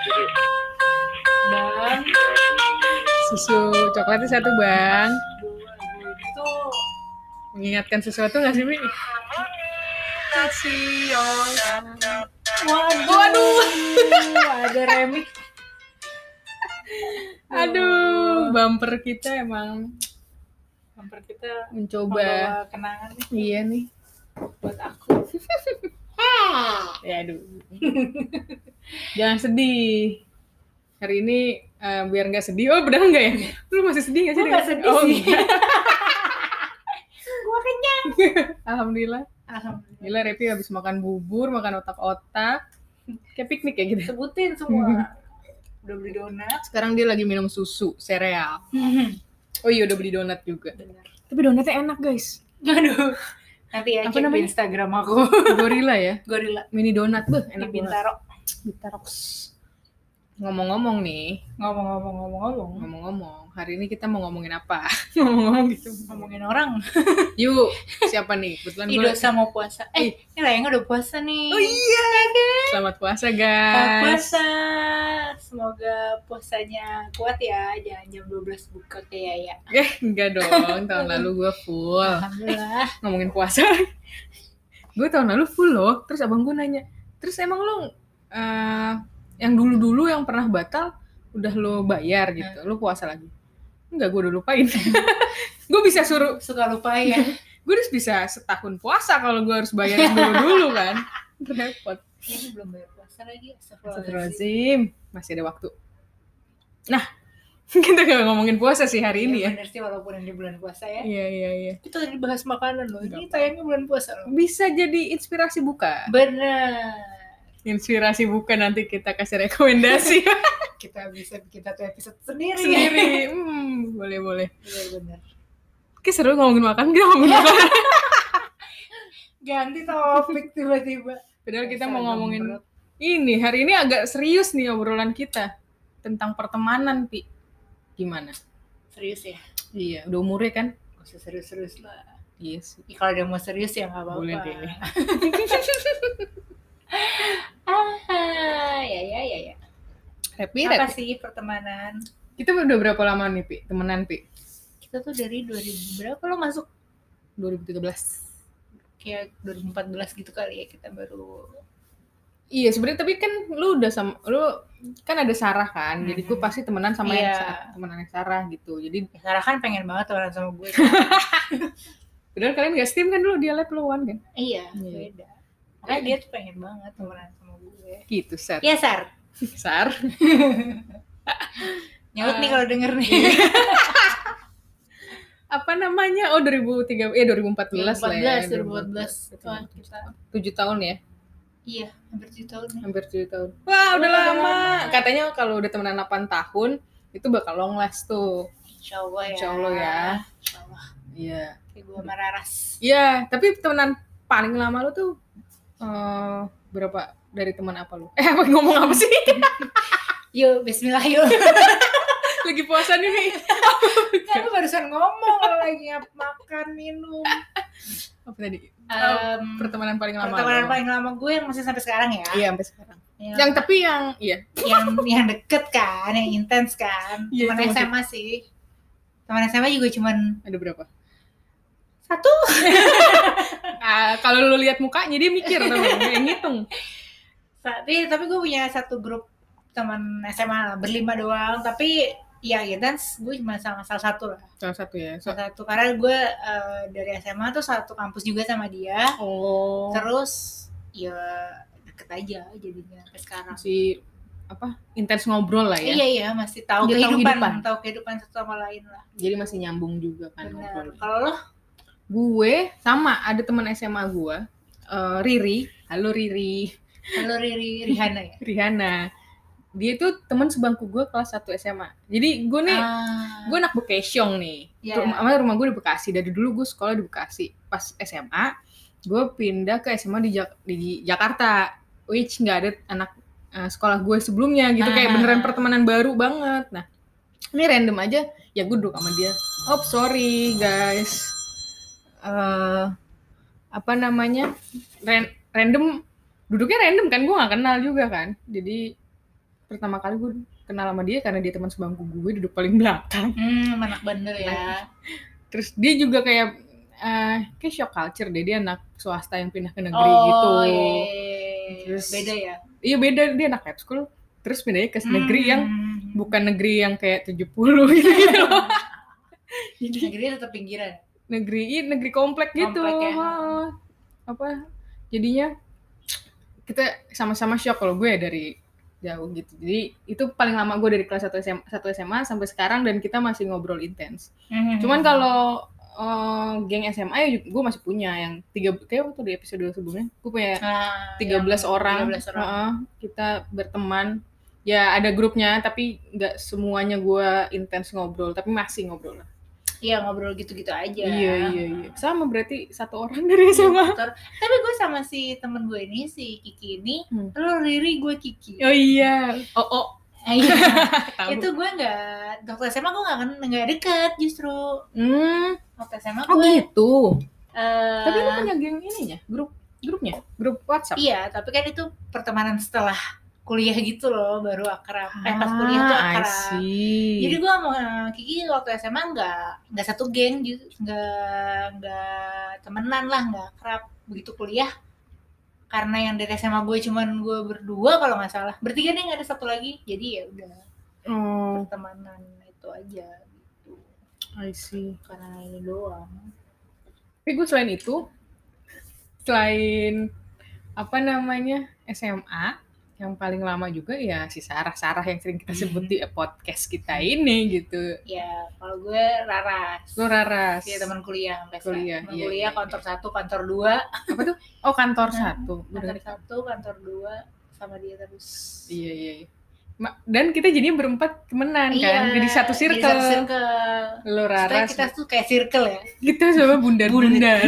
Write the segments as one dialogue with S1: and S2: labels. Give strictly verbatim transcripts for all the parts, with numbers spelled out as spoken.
S1: Bang,
S2: Susu coklatnya satu bang.
S1: dua itu
S2: Mengingatkan sesuatu nggak sih Mi?
S1: waduh, waduh, ada remix.
S2: Aduh, bumper kita emang
S1: Bumper kita
S2: mencoba.
S1: membawa kenangan nih
S2: Iya nih.
S1: buat aku.
S2: Ya aduh. Jangan sedih. Hari ini eh, biar nggak sedih. Oh benar nggak ya? Lu masih sedih nggak sih?
S1: Gue nggak sedih
S2: Oh,
S1: sih.
S2: enggak.
S1: Gue kenyang.
S2: Alhamdulillah.
S1: Alhamdulillah.
S2: Gila Repi habis makan bubur, makan otak-otak. Kayak piknik kayak gitu.
S1: Sebutin semua. Udah beli donat.
S2: Sekarang dia lagi minum susu, sereal. Oh iya udah beli donat juga.
S1: Benar.
S2: Tapi donatnya enak guys.
S1: Aduh. Nanti ya
S2: Apa
S1: cek di
S2: namanya?
S1: Instagram aku.
S2: Gorila ya.
S1: Gorila.
S2: Mini donat beuh,
S1: Di
S2: enak banget.
S1: Bintaro.
S2: Bintaro. Ngomong-ngomong nih,
S1: Ngomong-ngomong ngomong-ngomong.
S2: ngomong-ngomong, hari ini kita mau ngomongin apa? Ngomong-ngomong gitu.
S1: Ngomongin orang.
S2: Yuk, siapa nih? Kebetulan
S1: Ih,
S2: gue
S1: dosa mau puasa. Eh, ini Layang udah puasa nih.
S2: Oh iya. Selamat puasa
S1: Selamat
S2: guys.
S1: puasa. Semoga puasanya kuat ya. Jangan jam dua belas buka kayak ya.
S2: Eh, enggak dong. Tahun lalu gue full.
S1: Alhamdulillah.
S2: Ngomongin puasa. Gue tahun lalu full loh. Terus abang gue nanya, terus emang lo uh, yang dulu-dulu yang pernah batal udah lo bayar gitu, lo puasa lagi? Enggak, gue udah lupain. Gue bisa suruh,
S1: Suka lupa ya.
S2: gue harus bisa setahun puasa kalau gue harus bayar yang dulu-dulu kan. Repot.
S1: Ini belum bayar puasa lagi. Astagfirullahaladzim.
S2: Astagfirullahaladzim. Masih ada waktu. Nah, kita gak ngomongin puasa sih hari ini ya.
S1: Bener sih, walaupun ini bulan puasa ya.
S2: Iya, iya, iya.
S1: Kita tadi bahas makanan loh. Ini tayangnya bulan puasa loh.
S2: Bisa jadi inspirasi buka.
S1: Bener.
S2: Inspirasi buka nanti kita kasih rekomendasi.
S1: Kita bisa bikin satu episode sendiri.
S2: Sendiri. Hmm, boleh, boleh.
S1: Bener-bener.
S2: Oke, seru ngomongin makan. Kita ngomongin makan.
S1: Ganti topik tiba-tiba.
S2: Padahal kita
S1: Dasar
S2: mau ngomongin
S1: gembrot.
S2: ini. Hari ini agak serius nih obrolan kita. Tentang pertemanan, Pi. Gimana?
S1: Serius ya?
S2: Iya, udah umurnya kan?
S1: Gak usah serius-serius lah.
S2: Iya sih.
S1: Ya, kalau dia mau serius ya gak apa-apa.
S2: Boleh deh.
S1: Ah, ya ya ya ya.
S2: Happy,
S1: Apa
S2: happy.
S1: sih pertemanan?
S2: Kita udah berapa lama nih, Pi? Temenan, Pi?
S1: Kita tuh dari dua ribu berapa lo masuk?
S2: dua ribu tiga belas.
S1: Kayak dua ribu empat belas gitu kali ya kita baru.
S2: Iya, sebenarnya tapi kan lu udah sama lu kan ada Sarah kan.
S1: Hmm.
S2: Jadi gue pasti temenan sama
S1: Iya.
S2: yang Sa- temenan yang Sarah gitu. Jadi
S1: Sarah kan pengen banget temenan sama gue.
S2: padahal kalian gak steam kan dulu dia lab lu kan kan?
S1: Iya,
S2: Iya.
S1: beda. Makanya dia tuh pengen banget temenan sama gue.
S2: Gitu, Sar.
S1: Iya, Sar.
S2: Sar.
S1: Nyaut
S2: Ah.
S1: nih kalau denger nih.
S2: Apa namanya? Oh, dua ribu tiga eh dua ribu empat belas lah ya.
S1: dua ribu empat belas Wah, kita.
S2: tujuh tahun ya.
S1: Iya, hampir tujuh tahun nih.
S2: Hampir tujuh tahun. Wah, udah
S1: Udah
S2: lama.
S1: lama.
S2: Katanya kalau udah temenan delapan tahun itu bakal long last tuh.
S1: Insya Allah ya.
S2: Insya Allah ya.
S1: Insya Allah.
S2: Iya.
S1: Kayak gue sama Raras.
S2: Iya, tapi temenan paling lama lu tuh eh berapa dari teman apa lu? Eh, apa ngomong apa sih?
S1: Yuk, bismillah yuk.
S2: Lagi puasa nih, Mi.
S1: Kan lu barusan ngomong kalau lagi makan, minum.
S2: Apa tadi?
S1: Um,
S2: Pertemanan paling lama.
S1: pertemanan
S2: lu.
S1: paling lama gue yang masih sampai sekarang ya.
S2: Iya, sampai sekarang.
S1: Yang,
S2: Yang tapi yang iya.
S1: yang yang deket kan, yang intens kan.
S2: Iya,
S1: Teman
S2: itu
S1: S M A sih. Teman S M A juga cuman
S2: Ada berapa?
S1: satu.
S2: Ah, kalau lu lihat mukanya dia mikir tuh, yang ngitung.
S1: Tapi tapi gue punya satu grup teman S M A berlima doang. Tapi ya intens gue cuma sama salah satu lah.
S2: Salah satu ya. So,
S1: Salah satu karena gue uh, dari S M A tuh satu kampus juga sama dia.
S2: oh.
S1: Terus ya deket aja jadinya sampai sekarang.
S2: Masih apa? Intens ngobrol lah ya.
S1: Iya iya masih tahu
S2: Dia tahu
S1: kehidupan,
S2: kehidupan.
S1: tahu kehidupan satu sama lain lah.
S2: Jadi masih nyambung juga kan
S1: Benar.
S2: ngobrol.
S1: Kalau lo
S2: Gue sama ada teman S M A gue, uh, Riri. Halo Riri.
S1: Halo Riri Rihanna ya?
S2: Rihanna. Dia tuh teman sebangku gue kelas satu S M A. Jadi gue nih,
S1: Ah,
S2: gue anak Bekasiong nih.
S1: Iya.
S2: Rumah, rumah gue di Bekasi. Dari dulu gue sekolah di Bekasi. Pas S M A, gue pindah ke S M A di, Jak- di Jakarta. Which nggak ada anak uh, sekolah gue sebelumnya gitu. Kayak
S1: Ah.
S2: beneran pertemanan baru banget. Nah, ini random aja. Ya gue duduk sama dia. Oh sorry guys. Eh apa namanya? Ran- random. Duduknya random kan. Gue nggak kenal juga kan. Jadi pertama kali gue kenal sama dia karena dia teman sebangku gue, duduk paling belakang.
S1: Hmm, anak bandel ya.
S2: Terus dia juga kayak uh, kayak shock culture deh, dia anak swasta yang pindah ke negeri
S1: oh,
S2: gitu.
S1: Iya.
S2: Terus
S1: beda ya.
S2: Iya beda, dia anak lab school. Terus pindahnya ke
S1: Hmm.
S2: negeri yang bukan negeri yang kayak tujuh puluh gitu.
S1: Jadi negeri tetap pinggiran.
S2: Negeri, iya negeri komplek gitu.
S1: Komplek ya.
S2: Oh, apa? Jadinya kita sama-sama shock kalau gue dari jauh gitu. Jadi itu paling lama gue dari kelas satu S M A, satu S M A sampai sekarang, dan kita masih ngobrol intens. Mm-hmm. Cuman kalau uh, geng S M A ya gue masih punya yang tiga, kayak waktu di episode sebelumnya gue punya ah, tiga belas orang, tiga belas orang. Uh-uh, kita berteman. Ya ada grupnya tapi nggak semuanya gue intens ngobrol, tapi masih ngobrol lah.
S1: Iya, ngobrol gitu-gitu aja.
S2: Iya, iya, iya. Sama berarti satu orang dari S M A.
S1: Ya, tapi gue sama si temen gue ini, si Kiki ini, hmm. lo Riri, gue Kiki.
S2: Oh iya. Oh, oh.
S1: Iya. Itu gue gak, waktu S M A gue gak, gak deket justru.
S2: Hmm.
S1: Waktu S M A gue.
S2: Oh gitu?
S1: Uh,
S2: tapi lo punya geng ininya? Grup, grupnya? Grup WhatsApp?
S1: Iya, tapi kan itu pertemanan setelah kuliah gitu loh, baru akrab. Ah, eh pas kuliah tuh akrab. Jadi gue sama Kiki waktu S M A nggak nggak satu geng, nggak nggak temenan lah, nggak akrab. Begitu kuliah, karena yang dari S M A gue cuman gue berdua kalau nggak salah, bertiga nih, nggak ada satu lagi. Jadi ya udah oh. pertemanan itu aja gitu.
S2: I see.
S1: Karena ini doang.
S2: Tapi gue selain itu, selain apa namanya S M A, yang paling lama juga ya si Sarah-Sarah yang sering kita sebut di podcast kita ini gitu.
S1: Ya, kalau gue Raras.
S2: Lo Raras.
S1: Iya, teman kuliah sampai
S2: kuliah.
S1: Teman
S2: iya,
S1: kuliah
S2: iya,
S1: kantor
S2: iya.
S1: satu, kantor dua.
S2: Apa tuh? Oh, kantor satu.
S1: Kantor Udah. satu, kantor dua sama dia terus.
S2: Iya, iya, iya. Dan kita jadi berempat temenan
S1: iya,
S2: kan, jadi satu circle.
S1: Jadi satu circle.
S2: Lo Raras.
S1: Kita tuh kayak circle ya.
S2: Kita sama bundar-bundar.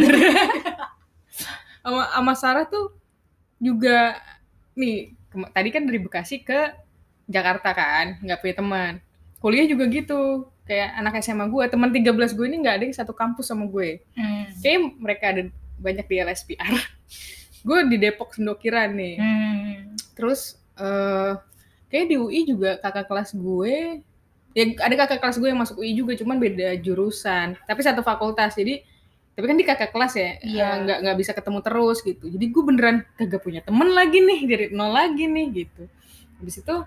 S2: Sama sama Sarah tuh juga nih. Tadi kan dari Bekasi ke Jakarta kan, nggak punya teman. Kuliah juga gitu, kayak anak S M A gue, teman tiga belas gue ini nggak ada yang satu kampus sama gue. Hmm. Kayaknya mereka ada banyak di L S P R. Gue di Depok Sendokiran nih. Hmm. Terus uh, kayak di U I juga kakak kelas gue, ya ada kakak kelas gue yang masuk U I juga, cuman beda jurusan, tapi satu fakultas. Jadi tapi kan di kakak kelas ya, iya. nggak nggak bisa ketemu terus gitu. Jadi gue beneran kagak punya temen lagi nih, dari nol lagi nih gitu. Habis itu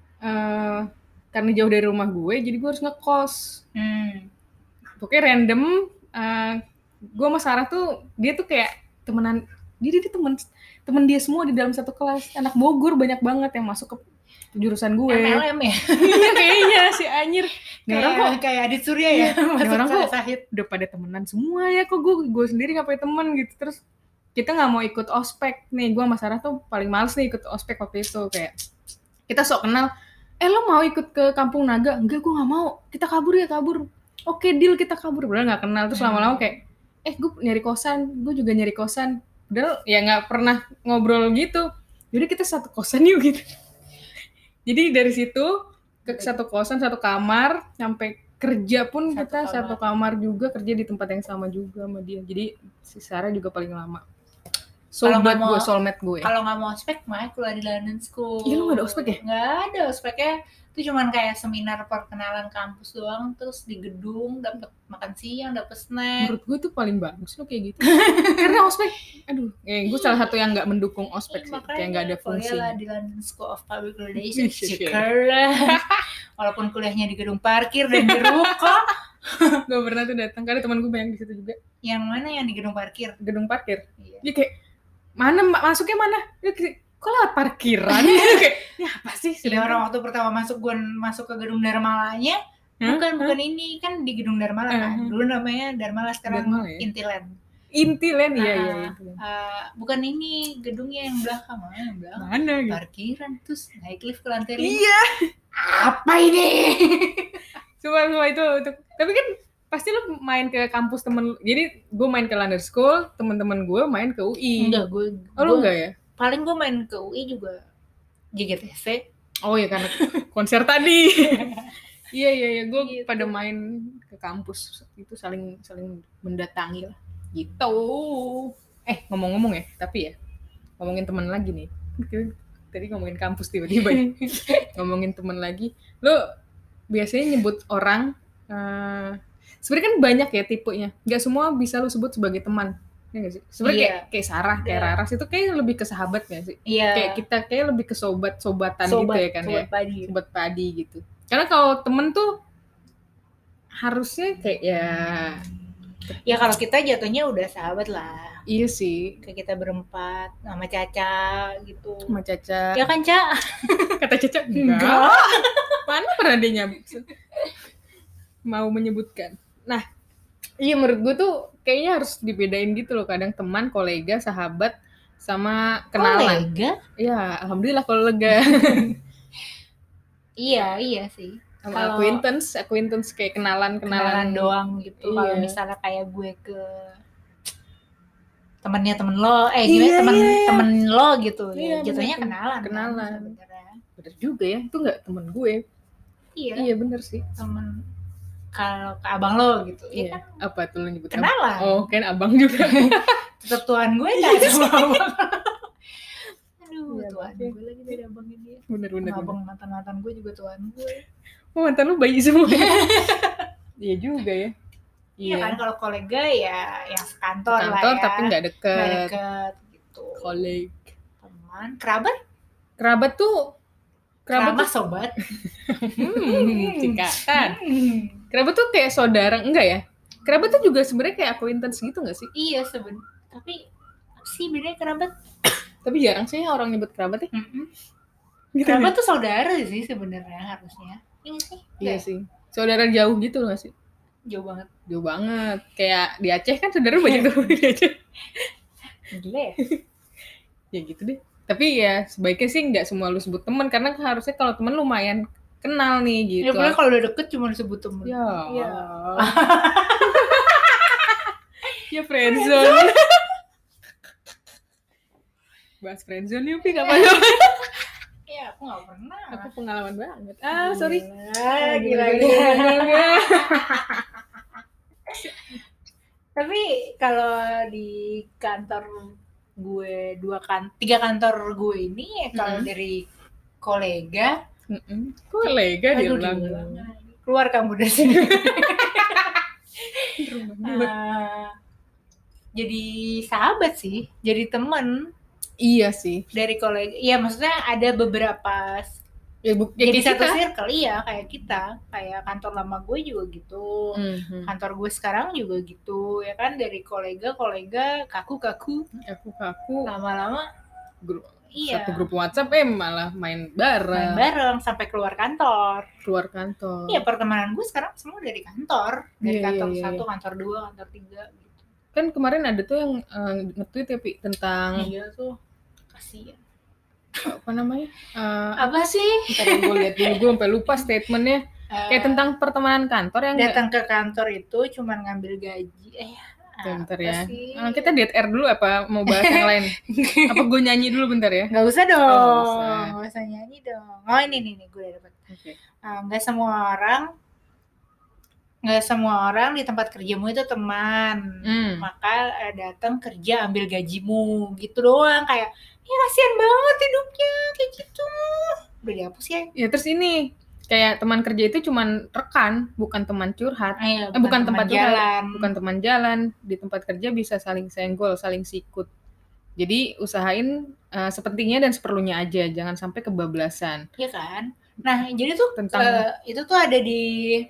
S2: uh, karena jauh dari rumah gue, jadi gue harus ngekos. Hmm. Pokoknya random. Uh, gue sama Sarah tuh, dia tuh kayak temenan, dia dia temen temen dia semua di dalam satu kelas. Anak Bogor banyak banget yang masuk ke jurusan gue.
S1: M L M ya?
S2: Iya kayaknya si anjir.
S1: Kayak, orang kok kayak Adit Surya ya.
S2: Orang kok udah pada temenan semua ya, kok gue gue sendiri nggak punya temen gitu. Terus kita nggak mau ikut ospek nih. Gue sama Sarah tuh paling males nih ikut ospek waktu itu. Kayak kita sok kenal. Eh lo mau ikut ke Kampung Naga? Enggak, gue nggak mau. Kita kabur ya kabur. Oke deal, kita kabur. Padahal nggak kenal. Terus lama-lama kayak eh gue nyari kosan. Gue juga nyari kosan. Padahal ya nggak pernah ngobrol gitu. Jadi kita satu kosan yuk gitu. Jadi dari situ ke satu kosan, satu kamar, sampai kerja pun satu kita kamar. satu kamar juga, kerja di tempat yang sama juga sama dia. Jadi si Sarah juga paling lama. Soulmate gue, soulmate gue.
S1: Kalau nggak mau ospek, mah kuliah di London School.
S2: Iya, lu nggak ada ospek ya?
S1: Nggak ada ospeknya. Itu cuman kayak seminar perkenalan kampus doang, terus di gedung dapat makan siang, dapat snack.
S2: Menurut gue tuh paling bagus lo kayak gitu. Karena ospek, aduh, ya gue salah satu yang nggak mendukung ospek sih, kayak nggak ada fungsi.
S1: Kuliah lah di London School of Public Relations, syukurlah. Walaupun kuliahnya di gedung parkir dan di ruko.
S2: Gue pernah tuh datang, karena teman gue banyak di situ juga.
S1: Yang mana yang di gedung parkir?
S2: Gedung parkir.
S1: Iya.
S2: Dia kayak mana masuknya mana? Dia kayak, kok lewat parkiran? Kayak, ini apa sih?
S1: Iya, orang waktu pertama masuk gue masuk ke gedung Darmalanya, huh? bukan huh? bukan ini kan di gedung Darmala kan. Uh-huh. Dulu namanya Darmala, sekarang Darmala, ya? Intiland.
S2: Intiland iya
S1: uh,
S2: iya.
S1: Uh, bukan ini gedungnya yang belakang, mana yang belakang?
S2: Mana gitu?
S1: Parkiran terus naik lift ke lantai lima.
S2: Iya.
S1: Apa ini?
S2: Cuma cuma itu untuk. Tapi kan pasti lo main ke kampus temen. Jadi gue main ke London School, teman-teman gue main ke U I.
S1: Enggak, gue.
S2: Oh lo enggak ya?
S1: Paling gue main ke U I juga G G T C.
S2: Oh ya karena konser tadi. Iya iya iya, gue gitu. Pada main ke kampus itu saling saling mendatangi lah. Gitu. Eh ngomong-ngomong ya, tapi ya ngomongin teman lagi nih. tadi ngomongin kampus tiba-tiba ngomongin temen lagi. Lo biasanya nyebut orang, uh, sebenarnya kan banyak ya tipenya. Gak semua bisa lo sebut sebagai teman. Ya gak sih? Sebenarnya
S1: Iya.
S2: kayak, kayak Sarah, kayak
S1: Iya.
S2: Raras itu kayak lebih ke sahabat gak sih?
S1: Iya.
S2: Kayak kita kayak lebih ke sobat-sobatan
S1: Sobat,
S2: gitu ya kan
S1: sobat
S2: ya.
S1: padi.
S2: Sobat padi gitu. Karena kalau temen tuh harusnya kayak ya
S1: ya kalau kita jatuhnya udah sahabat lah.
S2: Iya sih.
S1: Kayak kita berempat sama Caca gitu.
S2: Sama Caca.
S1: Ya kan, Ca?
S2: Kata Caca enggak. Mana pernah dia nyambut mau menyebutkan. Nah, iya menurut gue tuh kayaknya harus dibedain gitu loh. Kadang teman, kolega, sahabat, sama kenalan.
S1: Kolega?
S2: Ya, alhamdulillah kalau lega.
S1: iya, iya sih.
S2: Sama
S1: Kalo
S2: acquaintance, acquaintance kayak kenalan-kenalan
S1: doang gitu.
S2: Iya.
S1: Kalau misalnya kayak gue ke temennya temen lo, eh gimana iya, temen iya. temen lo gitu, iya, ya, jatuhnya bener, kenalan.
S2: Kenalan.
S1: Kan,
S2: bener juga ya, itu nggak temen gue. Iya. Iya bener sih.
S1: Temen kalau ke abang lo gitu,
S2: iya.
S1: Ya kan?
S2: Apa tuh lo nyebut?
S1: Kenalan.
S2: Oh, kan abang juga.
S1: Tetap tuan gue nggak sama abang. Aduh, ya, tuan ya. Gue lagi dari abangnya dia.
S2: Bener-bener.
S1: Abang mantan-mantan gue juga tuan gue.
S2: Oh, mantan lu bayi semua. Iya juga ya.
S1: Iya kan, kalau kolega ya yang sekantor,
S2: kantor,
S1: lah ya.
S2: Tapi nggak deket.
S1: Nggak deket gitu.
S2: Koleg.
S1: Teman, kerabat?
S2: Kerabat tuh.
S1: Kerabat tuh sobat.
S2: hmm, cikatan. Hmm. Kerabat tuh kayak saudara, enggak ya? Kerabat tuh juga sebenarnya kayak acquaintance gitu nggak sih?
S1: Iya sebenarnya. Tapi sih bedanya kerabat.
S2: Tapi jarang sih orang nyebut kerabat ya.
S1: Mm-hmm. Gitu kerabat ya? Tuh saudara sih sebenarnya harusnya. Iya sih.
S2: Iya sih. Saudara jauh gitu loh sih.
S1: Jauh banget.
S2: Jauh banget. Kayak di Aceh kan saudara banyak tuh di Aceh.
S1: Gila ya?
S2: Ya gitu deh. Tapi ya sebaiknya sih nggak semua lu sebut teman karena harusnya kalau teman lumayan kenal nih gitu.
S1: Ya pokoknya kalau udah deket cuma disebut teman.
S2: Ya.
S1: Ya.
S2: ya friendzone. Bahas friendzone yuk, Pi, kapan yuk?
S1: Ya, aku gak pernah.
S2: Aku pengalaman banget. Ah, sorry.
S1: Gila, gila, gila. Tapi kalau di kantor gue, dua kan, tiga kantor gue ini, kalau mm-hmm. dari kolega,
S2: mm-hmm. kolega dia bilang.
S1: Keluar kamu dari sini. uh, jadi sahabat sih, jadi teman.
S2: Iya sih.
S1: Dari kolega, iya maksudnya ada beberapa
S2: ya, bu- ya
S1: jadi satu kita. Circle, iya kayak kita, kayak kantor lama gue juga gitu, mm-hmm. kantor gue sekarang juga gitu, ya kan dari kolega-kolega kaku-kaku,
S2: kaku-kaku,
S1: lama-lama
S2: grup,
S1: iya.
S2: Satu grup WhatsApp eh malah main bareng,
S1: main bareng sampai keluar kantor,
S2: keluar kantor.
S1: Iya pertemanan gue sekarang semua dari kantor, dari yeah, kantor yeah, satu, yeah. kantor dua, kantor tiga, gitu.
S2: Kan kemarin ada tuh yang uh, nge-tweet ya Pi tentang
S1: iya tuh. Kasian.
S2: Apa namanya? Uh,
S1: apa sih?
S2: Ntar gue lihat dulu, gue sampai lupa statementnya. Uh, Kayak tentang pertemanan kantor yang
S1: datang gak... ke kantor itu cuma ngambil gaji. Eh,
S2: bentar ya. Uh, kita D R dulu apa mau bahas yang lain? Apa gue nyanyi dulu bentar ya?
S1: Gak usah dong. Oh, gak usah. Gak usah nyanyi dong. Oh ini nih, nih gue udah dapet. Okay. Uh, gak semua orang nggak semua orang di tempat kerjamu itu teman, hmm. maka uh, datang kerja ambil gajimu gitu doang, kayak ya kasihan banget hidupnya kayak gitu, udah dihapus ya.
S2: Ya terus ini kayak teman kerja itu cuman rekan, bukan teman curhat,
S1: ah, iya,
S2: bukan, eh, bukan tempat
S1: jalan,
S2: curhat, bukan teman jalan. Di tempat kerja bisa saling senggol, saling sikut. Jadi usahain uh, sepentingnya dan seperlunya aja, jangan sampai kebablasan.
S1: Iya kan? Nah jadi tuh
S2: tentang
S1: uh, itu tuh ada di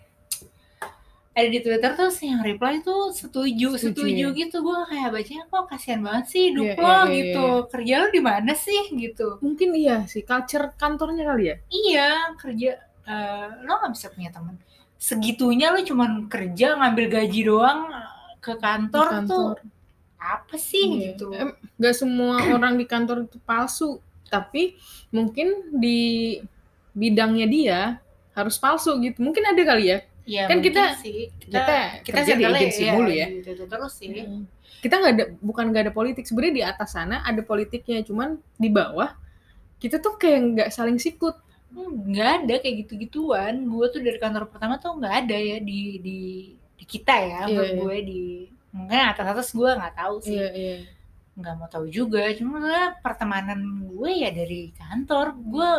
S1: ada di Twitter tuh yang reply tuh setuju, setuju, setuju gitu. Gue kayak bacanya kok kasihan banget sih hidup yeah, lo yeah, gitu. Yeah. Kerja lo di mana sih gitu.
S2: Mungkin iya sih, culture kantornya kali ya.
S1: Iya, kerja uh, lo nggak bisa punya teman. Segitunya lo cuman kerja ngambil gaji doang ke kantor, kantor. tuh apa sih yeah. gitu.
S2: Em, gak semua orang di kantor itu palsu, tapi mungkin di bidangnya dia harus palsu gitu. Mungkin ada kali ya.
S1: Ya,
S2: kan kita
S1: sih.
S2: kita kita, kita
S1: kerja
S2: di agensi
S1: ya,
S2: dulu ya.
S1: Gitu, terus sih.
S2: Hmm. Kita nggak ada bukan nggak ada politik, sebenarnya di atas sana ada politiknya, cuman di bawah kita tuh kayak nggak saling sikut.
S1: Nggak hmm, ada kayak gitu-gituan. Gue tuh dari kantor pertama tuh nggak ada ya di di di kita ya. Yeah, gue yeah. di mungkin atas atas gue nggak tahu sih.
S2: Yeah, yeah.
S1: nggak mau tahu juga, cuma pertemanan gue ya dari kantor. Gue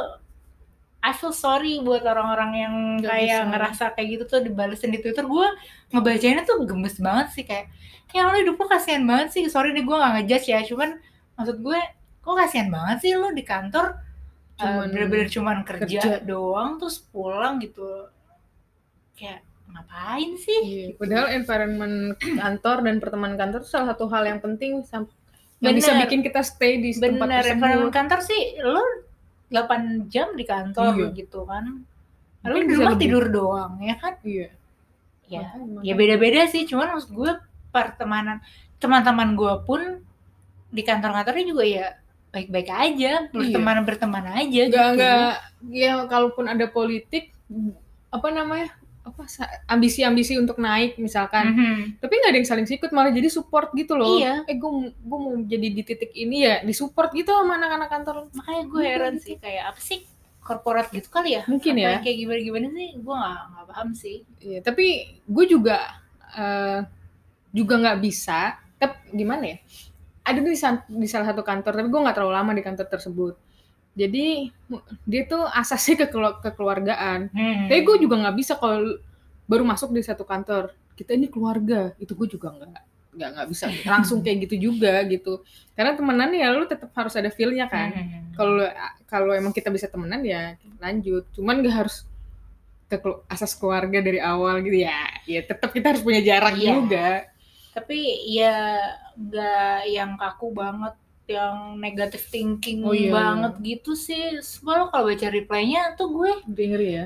S1: I feel sorry buat orang-orang yang gak kayak bisa. Ngerasa kayak gitu tuh dibalesin di Twitter. Gue ngebacainnya tuh gemes banget sih, kayak ya lo hidup lo kasihan banget sih. Sorry deh gue gak ngejudge ya, cuman maksud gue kok kasihan banget sih lo di kantor cuman, uh, bener-bener cuman kerja, kerja doang terus pulang gitu. Kayak ngapain sih?
S2: Iya, padahal environment kantor dan pertemanan kantor itu salah satu hal yang penting yang bisa bikin kita stay di
S1: bener,
S2: tempat tersebut.
S1: Environment kantor sih lo delapan jam di kantor iya. gitu kan. Lalu di rumah tidur doang ya kan?
S2: Iya.
S1: Ya, makanya, ya beda-beda sih. Cuman maksud gue pertemanan teman-teman gue pun di kantor-kantornya juga ya baik-baik aja, berteman iya. berteman aja.
S2: Gak, gitu. Gak, ya kalaupun ada politik apa namanya? apa ambisi-ambisi untuk naik misalkan, mm-hmm. tapi nggak ada yang saling sikut, malah jadi support gitu loh.
S1: Iya.
S2: Eh gue gue mau jadi di titik ini ya, disupport gitu sama anak-anak kantor.
S1: Makanya gue heran gitu. Sih kayak apa sih korporat gitu kali ya?
S2: Mungkin apa ya.
S1: Kayak gimana-gimana sih, gue nggak nggak paham sih.
S2: Iya, tapi gue juga uh, juga nggak bisa. Tapi gimana ya? Ada di, di salah satu kantor, tapi gue nggak terlalu lama di kantor tersebut. Jadi dia tuh asasnya ke kekeluargaan. Hmm. Tapi gue juga nggak bisa kalau baru masuk di satu kantor kita ini keluarga, itu gue juga nggak nggak nggak bisa langsung kayak gitu juga gitu. Karena temenan ya lu tetap harus ada feel-nya kan. Kalau hmm. kalau emang kita bisa temenan ya lanjut. Cuman nggak harus ke asas keluarga dari awal gitu ya. Ya tetap kita harus punya jarak yeah. juga.
S1: Tapi ya nggak yang kaku banget, yang negative thinking oh, iya, banget iya. gitu sih. Sebab kalau baca reply-nya tuh gue
S2: denger ya.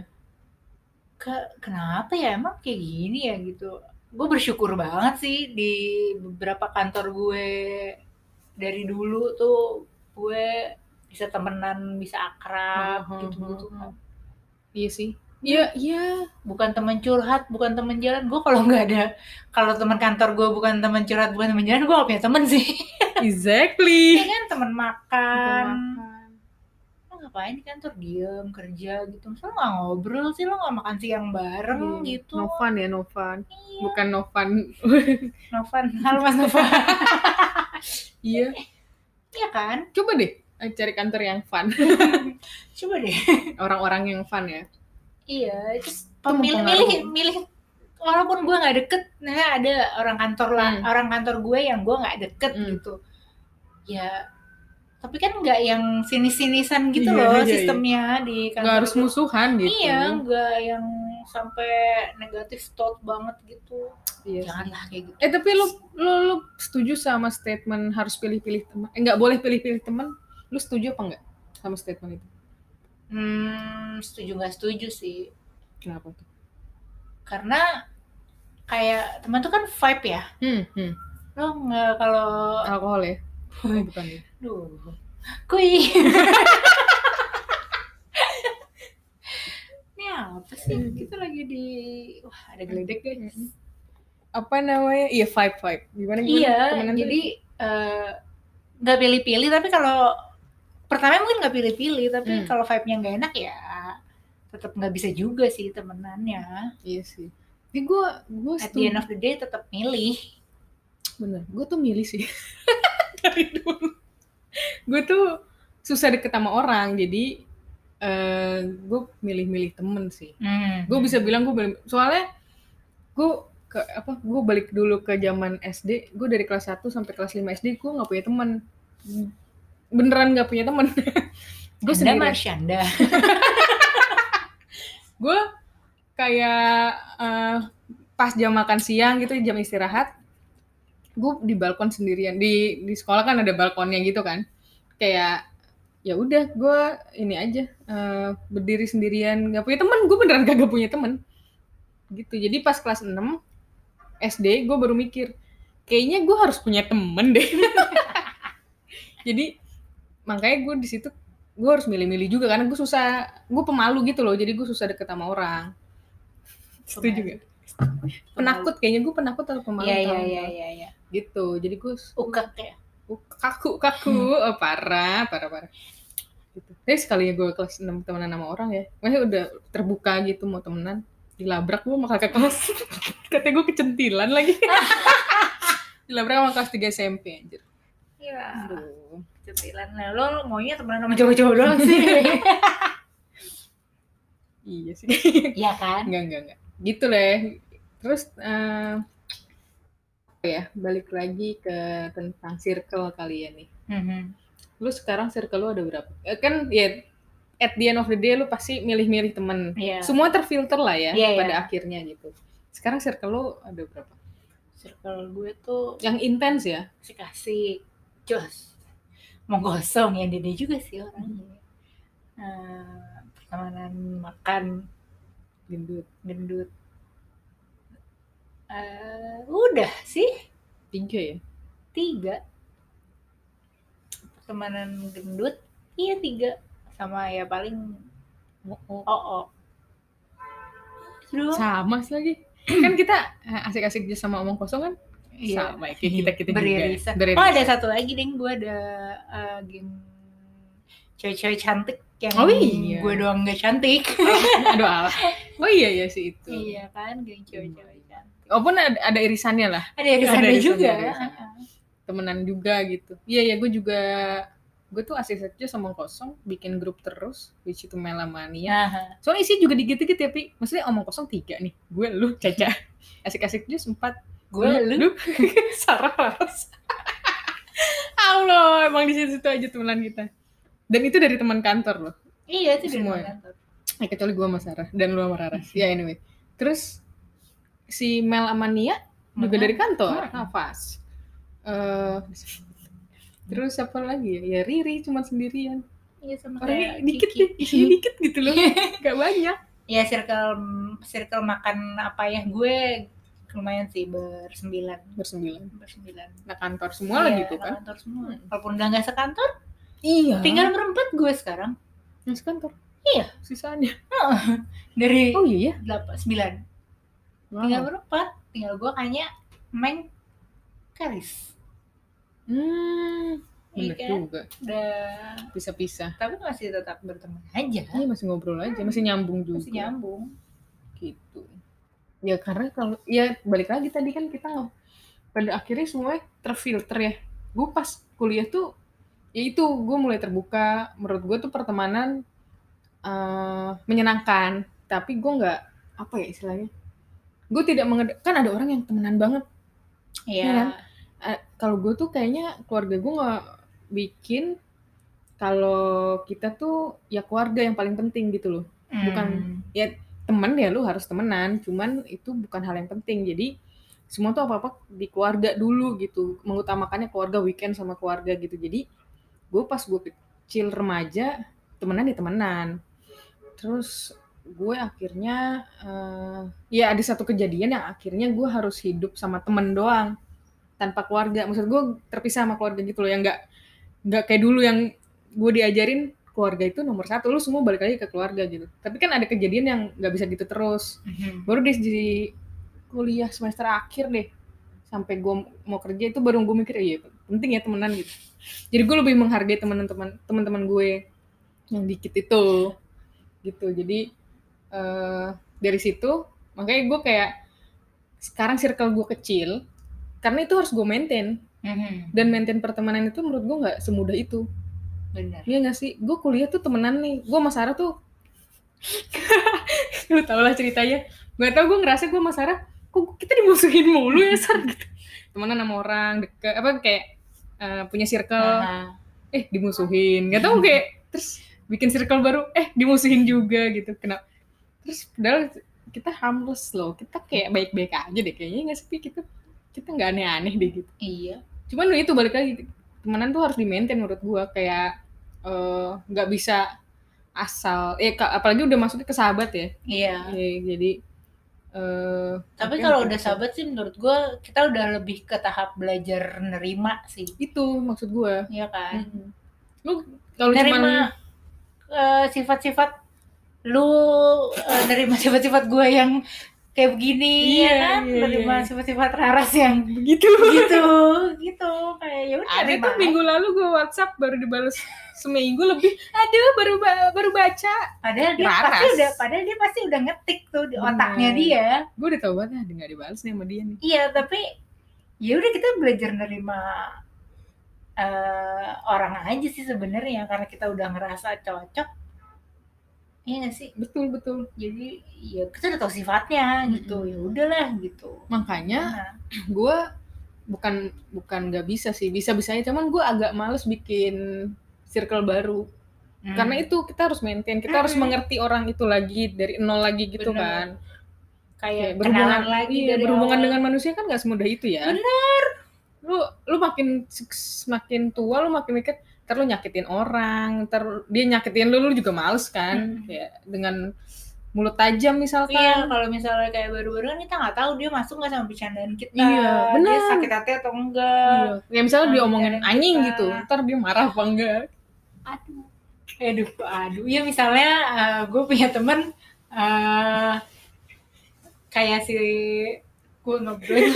S1: Ke, kenapa ya emang kayak gini ya gitu. Gue bersyukur banget sih di beberapa kantor gue dari dulu tuh gue bisa temenan, bisa akrab uh-huh, gitu-gitu.
S2: Uh-huh. Iya sih. Iya, iya.
S1: Bukan teman curhat, bukan teman jalan. Gue kalau nggak ada, kalau teman kantor gue bukan teman curhat, bukan teman jalan, gue gak punya teman sih.
S2: Exactly.
S1: Iya kan, teman makan. Lo ngapain di kantor diem kerja gitu? Masa lo nggak ngobrol sih, lo nggak makan siang bareng hmm, gitu?
S2: No fun ya, no fun. Iya. Bukan no fun.
S1: No fun. Halo Mas Nova.
S2: Iya.
S1: Iya kan?
S2: Coba deh cari kantor yang fun.
S1: Coba deh.
S2: Orang-orang yang fun ya.
S1: Iya, terus pemilih-milih milih walaupun gue nggak deket, nah ada orang kantor lah, hmm. orang kantor gue yang gue nggak deket hmm. gitu, ya tapi kan nggak yang sinis-sinisan gitu iya, loh iya, sistemnya iya. Di kantor.
S2: Nggak harus musuhan gitu.
S1: Iya, nggak yang sampai negatif thought banget gitu.
S2: Iya,
S1: janganlah kayak gitu.
S2: Eh tapi lu lu lu setuju sama statement harus pilih-pilih teman? Eh, nggak boleh pilih-pilih teman? Lu setuju apa nggak sama statement itu?
S1: Hmm, setuju nggak setuju sih.
S2: Kenapa tuh?
S1: Karena kayak teman tuh kan vibe ya.
S2: Hmm, hmm.
S1: Lo nggak kalau
S2: alkohol ya? Oh, bukan ya?
S1: Duh, kui. Ini apa sih? Kita lagi di, wah ada geledek deh.
S2: Apa namanya? Iya vibe vibe. Gimana gimana?
S1: Iya, jadi nggak uh, pilih-pilih tapi kalau pertama mungkin nggak pilih-pilih, tapi hmm. kalau vibe-nya nggak enak ya tetap nggak bisa juga sih temenannya.
S2: Iya sih. Tapi gue gue
S1: at the end of the day tetap milih.
S2: Bener, gue tuh milih sih dari dulu. Gue tuh susah deket sama orang, jadi uh, gue milih-milih temen sih. Hmm. Gue bisa bilang gue balik, soalnya gue ke apa? Gue balik dulu ke zaman S D. Gue dari kelas satu sampai kelas lima S D gue nggak punya teman. Beneran nggak punya teman. Gue sendiri.
S1: Marsyanda.
S2: Gue kayak uh, pas jam makan siang gitu, jam istirahat, gue di balkon sendirian. Di di sekolah kan ada balkonnya gitu kan. Kayak ya udah gue ini aja uh, berdiri sendirian, nggak punya teman. Gue beneran kagak punya teman. Gitu. Jadi pas kelas enam S D gue baru mikir, kayaknya gue harus punya temen deh. Jadi makanya gue di situ gue harus milih-milih juga karena gue susah, gue pemalu gitu loh, jadi gue susah deket sama orang. Setuju gak? Penakut kayaknya, gue penakut atau pemalu.
S1: Iya iya iya iya ya.
S2: Gitu, jadi gue
S1: ukak ya.
S2: Kaku kaku, hmm. oh, parah parah parah. Gitu. Tapi sekalinya gue kelas enam temenan sama orang ya, makanya udah terbuka gitu mau temenan, dilabrak gue sama kakak kelas. Katanya gue kecentilan lagi. Dilabrak sama kelas tiga S M P anjir.
S1: Iya.
S2: Aduh.
S1: Centilan. Nah, lo maunya temenan sama cowok-cowok doang sih.
S2: Iya sih.
S1: Iya kan?
S2: Enggak, enggak, enggak. Gitu lah. Terus uh, ya, balik lagi ke tentang circle kali ya nih.
S1: Mm-hmm.
S2: Lu sekarang circle lu ada berapa? Eh, kan ya at the end of the day lu pasti milih-milih temen.
S1: Yeah.
S2: Semua terfilter lah ya
S1: yeah,
S2: pada
S1: yeah.
S2: akhirnya gitu. Sekarang circle lu ada berapa?
S1: Circle gue tuh
S2: yang intens ya?
S1: Asik-asik, jos, mau gosong ya Dede juga sih orangnya. Uh, pertemanan makan,
S2: gendut,
S1: gendut. Uh, udah sih.
S2: Tiga ya?
S1: Tiga. Pertemanan gendut, iya tiga. Sama ya paling
S2: oh oh.
S1: Oh oh.
S2: Sama sih lagi. Kan kita asik-asik aja sama omong kosong kan?
S1: Iya.
S2: Sama kayak kita kita
S1: Beririsan.
S2: juga.
S1: Oh ada satu lagi deh, gue ada uh, geng cewek-cewek cantik yang
S2: oh, iya.
S1: gue doang nggak cantik.
S2: Aduh Allah. Oh iya ya sih itu.
S1: Iya kan, geng cewek-cewek cantik.
S2: Oh pun ada, ada irisannya lah.
S1: Ada irisannya, ada irisannya juga. Irisan.
S2: Temenan juga gitu. Iya ya gue juga. Gue tuh asik aja sama kosong, bikin grup terus, which itu Melamania.
S1: Aha.
S2: Soalnya isi juga dikit-dikit ya, Pi. Maksudnya omong kosong tiga nih. Gue, lu, Caca. Asik-asik aja empat.
S1: Gue, lu,
S2: lu. Sarah harus. Allah, emang di situ aja temenan kita. Dan itu dari teman kantor loh.
S1: Iya, itu dari
S2: semua
S1: teman kantor.
S2: Eh, kecuali gue sama Sarah dan lu sama Raras. Ya anyway. Terus si Mel sama Nia juga dari kantor. Nafas. Uh, terus apa lagi ya? Ya Riri cuma sendirian.
S1: Iya sama
S2: orangnya
S1: kayak
S2: dikit deh, isinya dikit gitu loh. Gak banyak.
S1: Ya circle circle makan apa ya, gue lumayan sih bersembilan.
S2: Bersembilan.
S1: Bersembilan.
S2: Nah kantor semua
S1: iya,
S2: lah gitu kan.
S1: Kantor semua. Hmm. Walaupun udah nggak sekantor.
S2: Iya.
S1: Tinggal berempat gue sekarang.
S2: Yang sekantor.
S1: Iya.
S2: Sisanya.
S1: Dari.
S2: Oh iya.
S1: Delapan sembilan. Wow. Tinggal berempat. Tinggal gue kayaknya Meng, Karis.
S2: Hmm, bener
S1: iya,
S2: juga.
S1: Udah
S2: pisah-pisah.
S1: Tapi masih tetap berteman aja.
S2: Iya, masih ngobrol aja, masih nyambung juga.
S1: Masih nyambung.
S2: Gitu. Ya karena kalau ya balik lagi tadi kan kita nggak, pada akhirnya semua terfilter ya. Gue pas kuliah tuh, ya itu gue mulai terbuka. Menurut gue tuh pertemanan uh, menyenangkan, tapi gue nggak apa ya istilahnya. Gue tidak menged- kan ada orang yang temenan banget.
S1: Iya.
S2: Ya kan? Uh, kalau gue tuh kayaknya keluarga gue nggak bikin kalau kita tuh ya keluarga yang paling penting gitu loh. Hmm. Bukan ya teman ya lu harus temenan, cuman itu bukan hal yang penting. Jadi semua tuh apa-apa di keluarga dulu gitu, mengutamakannya keluarga, weekend sama keluarga gitu. Jadi gue pas gue kecil remaja temenan ya temenan. Terus gue akhirnya uh, ya ada satu kejadian yang akhirnya gue harus hidup sama temen doang tanpa keluarga. Maksud gue terpisah sama keluarga gitu loh, yang nggak nggak kayak dulu yang gue diajarin keluarga itu nomor satu, lu semua balik lagi ke keluarga gitu. Tapi kan ada kejadian yang nggak bisa gitu terus. Mm-hmm. Baru deh di kuliah semester akhir deh, sampai gue mau kerja itu baru gue mikir, iya penting ya temenan gitu. Jadi gue lebih menghargai teman-teman teman-teman gue yang dikit itu gitu. Jadi uh, dari situ makanya gue kayak sekarang circle gue kecil karena itu harus gue maintain. Mm-hmm. Dan maintain pertemanan itu menurut gue nggak semudah itu.
S1: Benar.
S2: Iya nggak sih? Gue kuliah tuh temenan nih. Gue sama Sarah tuh, lu tau lah ceritanya. Gak tau, gue ngerasa gue sama Sarah, kok kita dimusuhin mulu ya Sarah gitu. Temenan sama orang deket, apa kayak uh, punya circle, uh-huh. eh dimusuhin. Gak tau kayak terus bikin circle baru, eh dimusuhin juga gitu. Kenapa? Terus padahal kita harmless loh. Kita kayak baik-baik aja deh kayaknya nggak sih kita. Kita nggak aneh-aneh deh gitu.
S1: Iya.
S2: Cuman itu balik lagi, temenan tuh harus di-maintain menurut gue, kayak nggak uh, bisa asal, eh apalagi udah masuknya ke sahabat ya.
S1: Iya.
S2: Ya, jadi. Uh,
S1: Tapi kalau udah sahabat sih menurut gue kita udah lebih ke tahap belajar nerima sih.
S2: Itu maksud gue.
S1: Iya kan.
S2: Mm-hmm. Lu kalau
S1: nerima
S2: cuman
S1: uh, sifat-sifat lu uh, nerima sifat-sifat gue yang kayak begini,
S2: iya,
S1: ya kan,
S2: iya,
S1: menerima
S2: iya.
S1: sifat-sifat Raras yang
S2: begitu,
S1: gitu, gitu, kayak ya udah.
S2: Ada tuh minggu lalu gue WhatsApp baru dibalas seminggu lebih, aduh baru baru baca.
S1: Padahal dia Raras. pasti udah, padahal dia pasti udah ngetik tuh di Bener. otaknya dia.
S2: Gue udah tau banget, nggak dibalas nih sama dia nih.
S1: Iya, tapi ya udah kita belajar nerima uh, orang aja sih sebenarnya, karena kita udah ngerasa cocok. Iya gak sih?
S2: Betul betul.
S1: Jadi ya kita udah tahu sifatnya gitu, mm-hmm. ya udahlah gitu.
S2: Makanya nah. gue bukan bukan nggak bisa sih, bisa-bisanya, cuman gue agak males bikin circle baru. Hmm. Karena itu kita harus maintain, kita hmm. harus mengerti orang itu lagi dari nol lagi gitu. Bener. Kan.
S1: Kayak
S2: berhubungan
S1: lagi
S2: iya,
S1: dari
S2: berhubungan
S1: awal.
S2: Dengan manusia kan nggak semudah itu ya.
S1: Bener.
S2: Lu lu makin makin tua lu makin mikir, ntar lu nyakitin orang, ntar dia nyakitin lu, lu juga males kan. Hmm. Ya dengan mulut tajam misalkan.
S1: Iya, kalau misalnya kayak baru-baru kan kita nggak tahu dia masuk nggak sama bercandaan kita.
S2: Iya, benar.
S1: Dia sakit hati atau enggak.
S2: Iya. Ya misalnya dia omongin anjing kita. Gitu, ntar dia marah apa enggak.
S1: Aduh. Aduh, aduh. Iya misalnya uh, gue punya teman uh, kayak si gue ngobrol.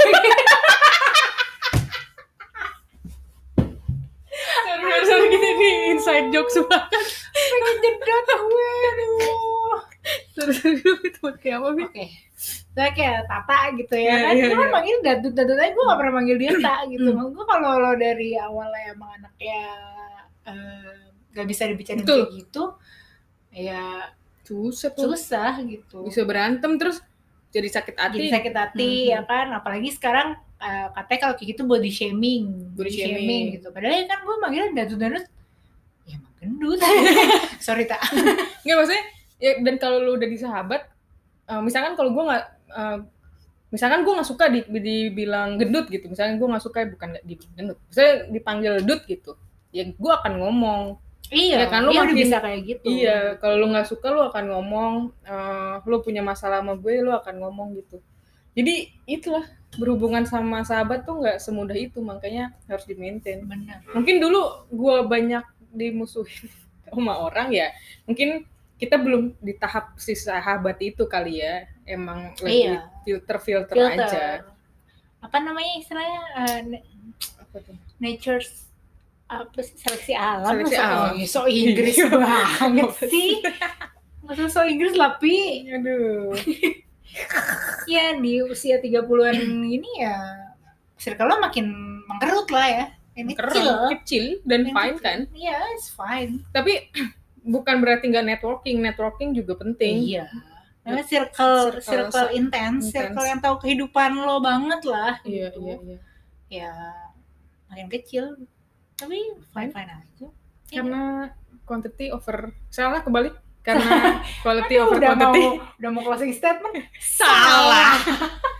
S2: Sorry, gini nih inside jokes banget.
S1: Pengen jedot gue, aduh.
S2: Terus itu kayak apa sih?
S1: Oke, okay. Saya kayak Tata gitu ya, yeah, kan? Yeah, gue yeah. manggil Dadut-Dadut aja, gue gak pernah manggil dia Tak gitu. Mm. Gue kalau lo dari awalnya emang anaknya uh, gak bisa dibicarain kayak gitu, ya
S2: susah,
S1: susah gitu.
S2: Bisa berantem terus jadi sakit hati.
S1: Jadi sakit hati mm-hmm. ya kan? Apalagi sekarang uh, katanya kalau kayak gitu body shaming,
S2: body, body shaming. shaming
S1: gitu. Padahal kan gue manggilnya Dadut-Dadut, ya emang gendut. Sorry Tak.
S2: Nggak maksudnya. Ya, dan kalau lu udah di sahabat, uh, misalkan kalau gue nggak, uh, misalkan gue nggak suka di, dibilang gendut gitu, misalkan gue nggak suka bukan nggak dibilang gendut, misalnya dipanggil dut gitu, ya gue akan ngomong.
S1: Iya,
S2: ya kan lu
S1: iya
S2: makin,
S1: bisa kayak gitu.
S2: Iya, kalau lu nggak suka lu akan ngomong, uh, lu punya masalah sama gue, lu akan ngomong gitu. Jadi itulah berhubungan sama sahabat tuh nggak semudah itu, makanya harus di maintain.
S1: Benar.
S2: Mungkin dulu gue banyak dimusuhin sama orang ya, mungkin kita belum di tahap si sahabat itu kali ya, emang lagi
S1: iya.
S2: filter-filter
S1: Filter.
S2: aja.
S1: Apa namanya istilahnya? Uh, na-
S2: apa tuh?
S1: Nature's apa sih, seleksi alam?
S2: Seleksi alam.
S1: So, so Inggris banget sih. Maksud so Inggris lah, Pi.
S2: Aduh.
S1: Ya di usia tiga puluhan ini ya circle lo makin mengkerut lah ya. Yang kecil.
S2: Kecil dan
S1: yang
S2: fine
S1: kecil.
S2: Kan?
S1: Iya, yeah, it's fine.
S2: Tapi bukan berarti nggak networking, networking juga penting.
S1: Iya. Nah, circle, circle, circle intense, circle yang tahu kehidupan lo banget lah.
S2: Iya,
S1: gitu.
S2: iya, iya.
S1: Ya, makin kecil, tapi fine fine aja.
S2: Karena ya. Quantity over, salah kebalik. Karena quality
S1: Aduh,
S2: over
S1: udah
S2: quantity.
S1: Mau, udah mau closing statement. Salah.